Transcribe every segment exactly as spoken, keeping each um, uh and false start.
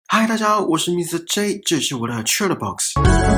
嗨，大家好，我是 Mister J， 这是我的 Chatterbox。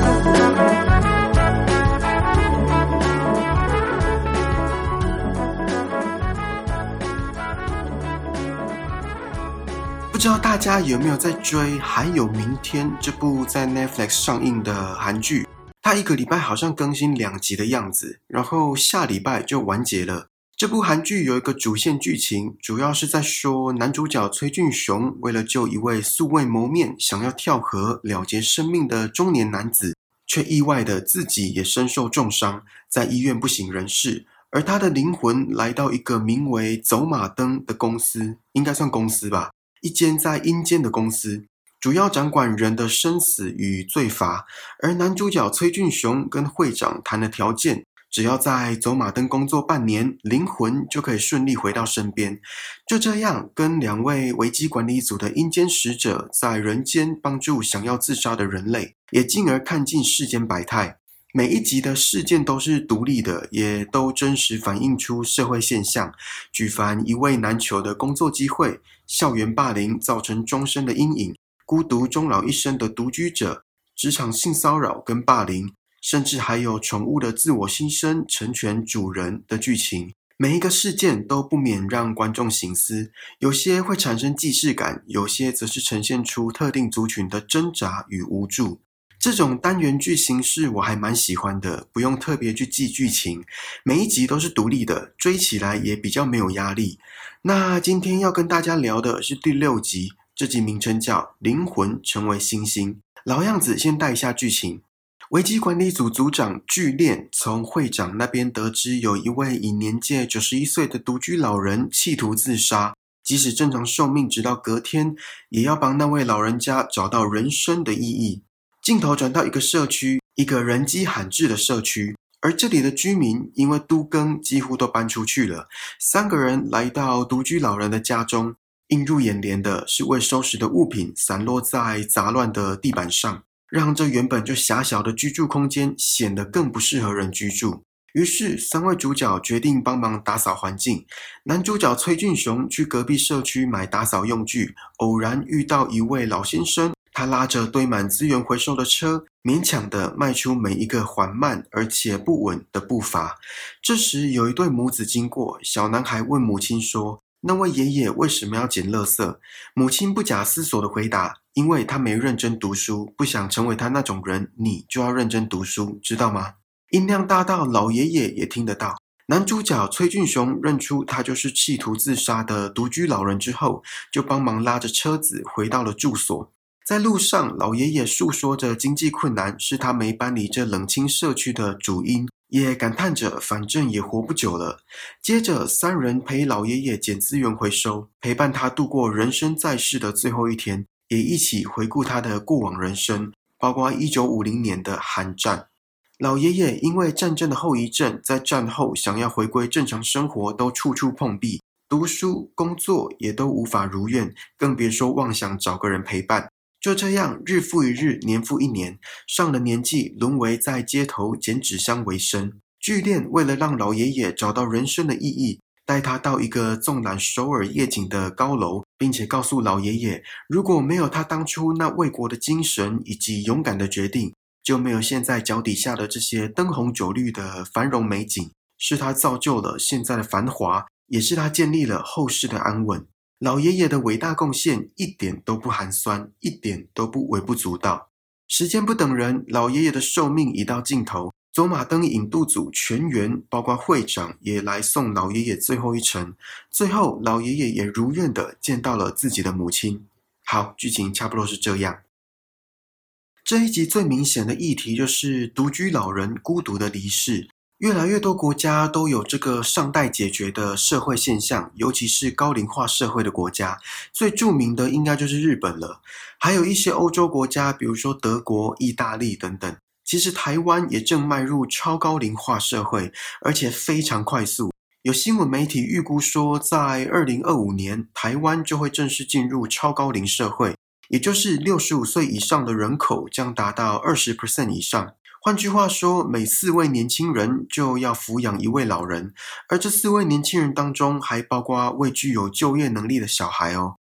不知道大家有没有在追《还有明天》这部在 Netflix 上映的韩剧？它一个礼拜好像更新两集的样子，然后下礼拜就完结了。这部韩剧有一个主线剧情，主要是在说男主角崔俊雄为了救一位素未谋面、想要跳河了结生命的中年男子，却意外的自己也身受重伤，在医院不省人事。而他的灵魂来到一个名为走马灯的公司，应该算公司吧，一间在阴间的公司，主要掌管人的生死与罪罚。而男主角崔俊雄跟会长谈了条件，只要在走马灯工作半年，灵魂就可以顺利回到身边。就这样，跟两位危机管理组的阴间使者在人间帮助想要自杀的人类，也进而看尽世间百态。每一集的事件都是独立的，也都真实反映出社会现象，举凡一位难求的工作机会、校园霸凌造成终身的阴影、孤独终老一生的独居者、职场性骚扰跟霸凌，甚至还有宠物的自我牺牲成全主人的剧情。每一个事件都不免让观众省思，有些会产生既视感，有些则是呈现出特定族群的挣扎与无助。这种单元剧形式我还蛮喜欢的，不用特别去记剧情，每一集都是独立的，追起来也比较没有压力。那今天要跟大家聊的是第六集，这集名称叫《灵魂成为星星》。老样子，先带一下剧情。危机管理组组长巨炼从会长那边得知，有一位已年届九十一岁的独居老人企图自杀，即使正常寿命直到隔天，也要帮那位老人家找到人生的意义。镜头转到一个社区，一个人迹罕至的社区，而这里的居民因为都更几乎都搬出去了。三个人来到独居老人的家中，映入眼帘的是未收拾的物品散落在杂乱的地板上，让这原本就狭小的居住空间显得更不适合人居住。于是三位主角决定帮忙打扫环境。男主角崔俊雄去隔壁社区买打扫用具，偶然遇到一位老先生，他拉着堆满资源回收的车，勉强地迈出每一个缓慢而且不稳的步伐。这时有一对母子经过，小男孩问母亲说，那位爷爷为什么要捡垃圾？母亲不假思索地回答，因为他没认真读书，不想成为他那种人，你就要认真读书，知道吗？音量大到老爷爷也听得到。男主角崔俊雄认出他就是企图自杀的独居老人之后，就帮忙拉着车子回到了住所。在路上，老爷爷诉说着经济困难是他没搬离这冷清社区的主因，也感叹着反正也活不久了。接着三人陪老爷爷捡资源回收，陪伴他度过人生在世的最后一天，也一起回顾他的过往人生，包括一九五零年的韩战。老爷爷因为战争的后遗症，在战后想要回归正常生活都处处碰壁，读书工作也都无法如愿，更别说妄想找个人陪伴。就这样日复一日，年复一年，上了年纪，沦为在街头捡纸箱为生。巨炼为了让老爷爷找到人生的意义，带他到一个纵览首尔夜景的高楼，并且告诉老爷爷，如果没有他当初那为国的精神以及勇敢的决定，就没有现在脚底下的这些灯红酒绿的繁荣美景，是他造就了现在的繁华，也是他建立了后世的安稳。老爷爷的伟大贡献一点都不寒酸，一点都不微不足道。时间不等人，老爷爷的寿命已到尽头，走马灯引渡组全员包括会长也来送老爷爷最后一程。最后老爷爷也如愿的见到了自己的母亲。好，剧情差不多是这样。这一集最明显的议题就是独居老人孤独的离世。越来越多国家都有这个尚待解决的社会现象，尤其是高龄化社会的国家，最著名的应该就是日本了。还有一些欧洲国家，比如说德国、意大利等等。其实台湾也正迈入超高龄化社会，而且非常快速。有新闻媒体预估说，在二零二五年，台湾就会正式进入超高龄社会，也就是六十五岁以上的人口将达到 百分之二十 以上。换句话说，每四位年轻人就要抚养一位老人，而这四位年轻人当中还包括未具有就业能力的小孩哦。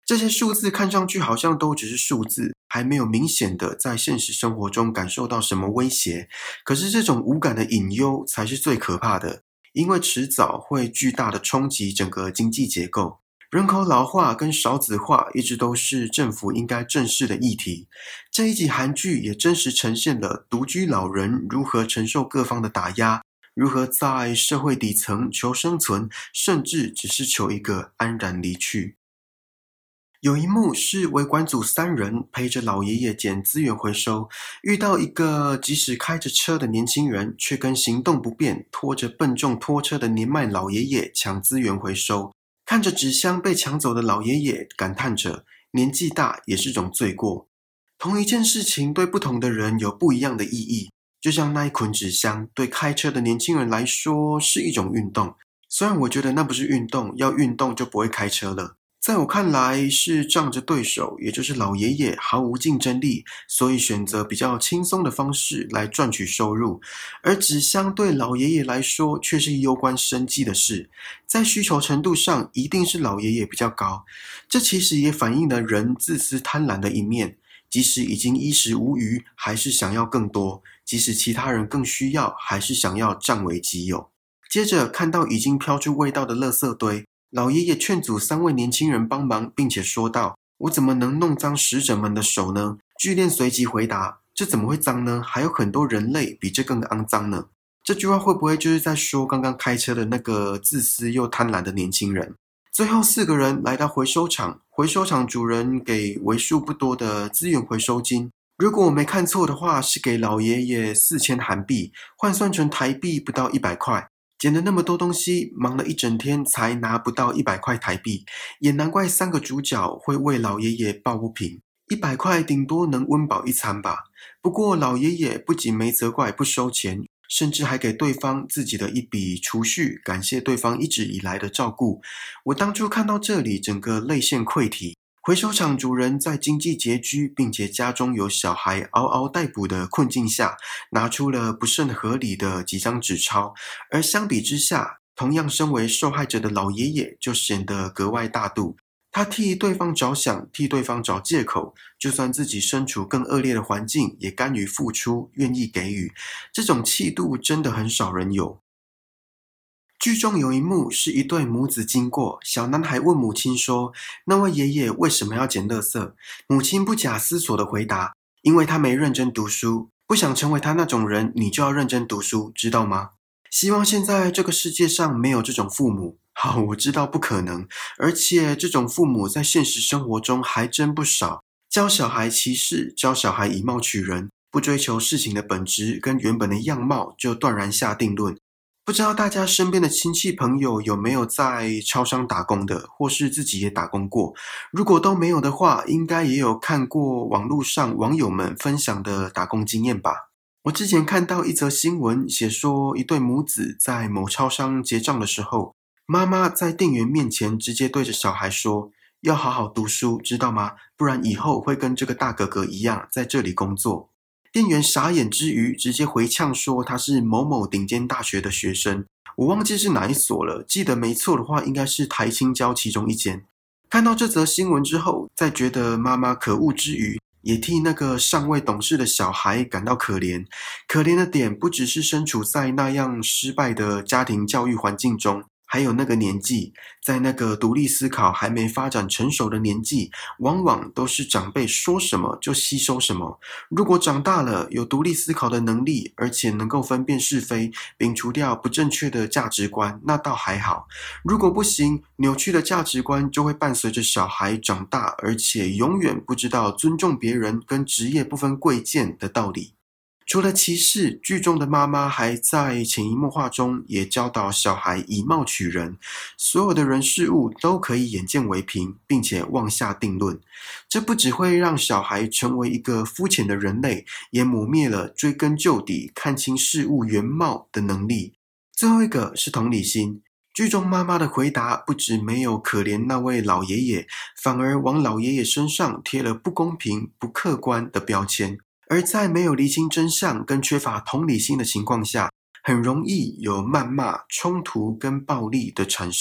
这些数字看上去好像都只是数字，还没有明显的在现实生活中感受到什么威胁。可是这种无感的隐忧才是最可怕的，因为迟早会巨大的冲击整个经济结构。人口老化跟少子化一直都是政府应该正视的议题。这一集韩剧也真实呈现了独居老人如何承受各方的打压，如何在社会底层求生存，甚至只是求一个安然离去。有一幕是维管组三人陪着老爷爷捡资源回收，遇到一个即使开着车的年轻人，却跟行动不便、拖着笨重拖车的年迈老爷爷抢资源回收。看着纸箱被抢走的老爷爷，感叹着年纪大也是种罪过。同一件事情对不同的人有不一样的意义，就像那一捆纸箱对开车的年轻人来说是一种运动，虽然我觉得那不是运动，要运动就不会开车了。在我看来是仗着对手，也就是老爷爷毫无竞争力，所以选择比较轻松的方式来赚取收入，而纸箱对老爷爷来说却是攸关生计的事，在需求程度上一定是老爷爷比较高。这其实也反映了人自私贪婪的一面，即使已经衣食无余，还是想要更多，即使其他人更需要，还是想要占为己有。接着看到已经飘出味道的垃圾堆，老爷爷劝阻三位年轻人帮忙，并且说道：我怎么能弄脏使者们的手呢？巨炼随即回答：这怎么会脏呢？还有很多人类比这更肮脏呢。这句话会不会就是在说刚刚开车的那个自私又贪婪的年轻人？最后四个人来到回收厂，回收厂主人给为数不多的资源回收金，如果我没看错的话，是给老爷爷四千韩币，换算成台币不到一百块。捡了那么多东西，忙了一整天才拿不到一百块台币，也难怪三个主角会为老爷爷抱不平。一百块顶多能温饱一餐吧。不过老爷爷不仅没责怪不收钱，甚至还给对方自己的一笔储蓄，感谢对方一直以来的照顾。我当初看到这里，整个泪腺溃堤。回收厂主人在经济拮据，并且家中有小孩嗷嗷待哺的困境下，拿出了不甚合理的几张纸钞，而相比之下，同样身为受害者的老爷爷就显得格外大度。他替对方着想，替对方找借口，就算自己身处更恶劣的环境，也甘于付出，愿意给予。这种气度真的很少人有。剧中有一幕是一对母子经过，小男孩问母亲说：那位爷爷为什么要捡垃圾？母亲不假思索地回答：因为他没认真读书，不想成为他那种人，你就要认真读书，知道吗？希望现在这个世界上没有这种父母。好，我知道不可能，而且这种父母在现实生活中还真不少，教小孩歧视，教小孩以貌取人，不追求事情的本质跟原本的样貌，就断然下定论。不知道大家身边的亲戚朋友有没有在超商打工的，或是自己也打工过？如果都没有的话，应该也有看过网络上网友们分享的打工经验吧。我之前看到一则新闻，写说一对母子在某超商结账的时候，妈妈在店员面前直接对着小孩说：要好好读书，知道吗？不然以后会跟这个大哥哥一样在这里工作。店员傻眼之余，直接回呛说他是某某顶尖大学的学生，我忘记是哪一所了，记得没错的话应该是台清交其中一间。看到这则新闻之后，在觉得妈妈可恶之余，也替那个尚未懂事的小孩感到可怜。可怜的点不只是身处在那样失败的家庭教育环境中，还有那个年纪，在那个独立思考还没发展成熟的年纪，往往都是长辈说什么就吸收什么。如果长大了有独立思考的能力，而且能够分辨是非，摒除掉不正确的价值观，那倒还好。如果不行，扭曲的价值观就会伴随着小孩长大，而且永远不知道尊重别人跟职业不分贵贱的道理。除了歧视，剧中的妈妈还在潜移默化中也教导小孩以貌取人，所有的人事物都可以眼见为凭，并且妄下定论。这不只会让小孩成为一个肤浅的人类，也抹灭了追根究底、看清事物原貌的能力。最后一个是同理心。剧中妈妈的回答不止没有可怜那位老爷爷，反而往老爷爷身上贴了不公平、不客观的标签。而在没有厘清真相跟缺乏同理心的情况下，很容易有谩骂、冲突跟暴力的产生。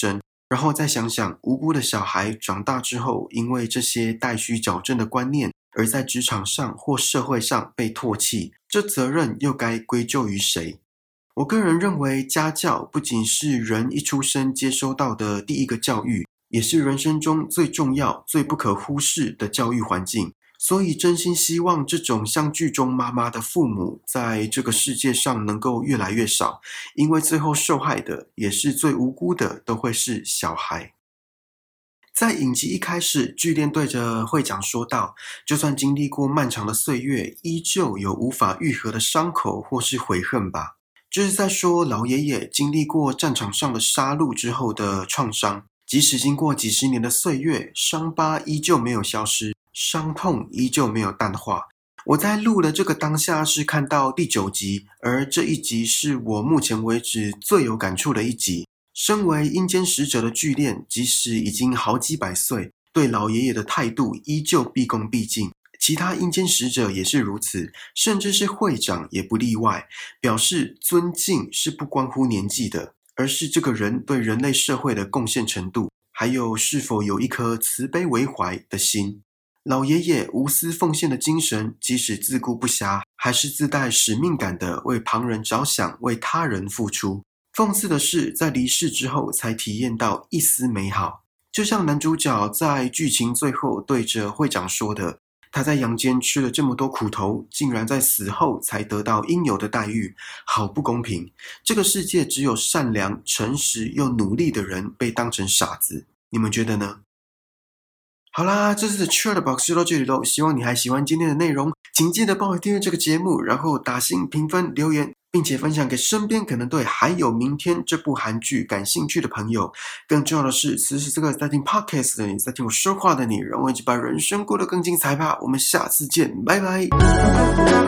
然后再想想无辜的小孩长大之后，因为这些待需矫正的观念，而在职场上或社会上被唾弃，这责任又该归咎于谁？我个人认为，家教不仅是人一出生接收到的第一个教育，也是人生中最重要、最不可忽视的教育环境。所以真心希望这种像剧中妈妈的父母在这个世界上能够越来越少，因为最后受害的也是最无辜的，都会是小孩。在影集一开始，巨恋对着会长说道，就算经历过漫长的岁月，依旧有无法愈合的伤口或是悔恨吧。就是在说老爷爷经历过战场上的杀戮之后的创伤，即使经过几十年的岁月，伤疤依旧没有消失，伤痛依旧没有淡化。我在录的这个当下是看到第九集，而这一集是我目前为止最有感触的一集。身为阴间使者的巨恋，即使已经好几百岁，对老爷爷的态度依旧毕恭毕敬。其他阴间使者也是如此，甚至是会长也不例外，表示尊敬是不关乎年纪的，而是这个人对人类社会的贡献程度，还有是否有一颗慈悲为怀的心。老爷爷无私奉献的精神，即使自顾不暇，还是自带使命感的为旁人着想，为他人付出。讽刺的是，在离世之后才体验到一丝美好，就像男主角在剧情最后对着会长说的，他在阳间吃了这么多苦头，竟然在死后才得到应有的待遇，好不公平。这个世界只有善良、诚实又努力的人被当成傻子，你们觉得呢？好啦，这次的 Chat Box 就到这里咯，希望你还喜欢今天的内容，请记得帮我订阅这个节目，然后打星评分留言，并且分享给身边可能对还有明天这部韩剧感兴趣的朋友。更重要的是，此时此刻在听 Podcast 的你，在听我说话的你，让我一起把人生过得更精彩吧。我们下次见，拜拜。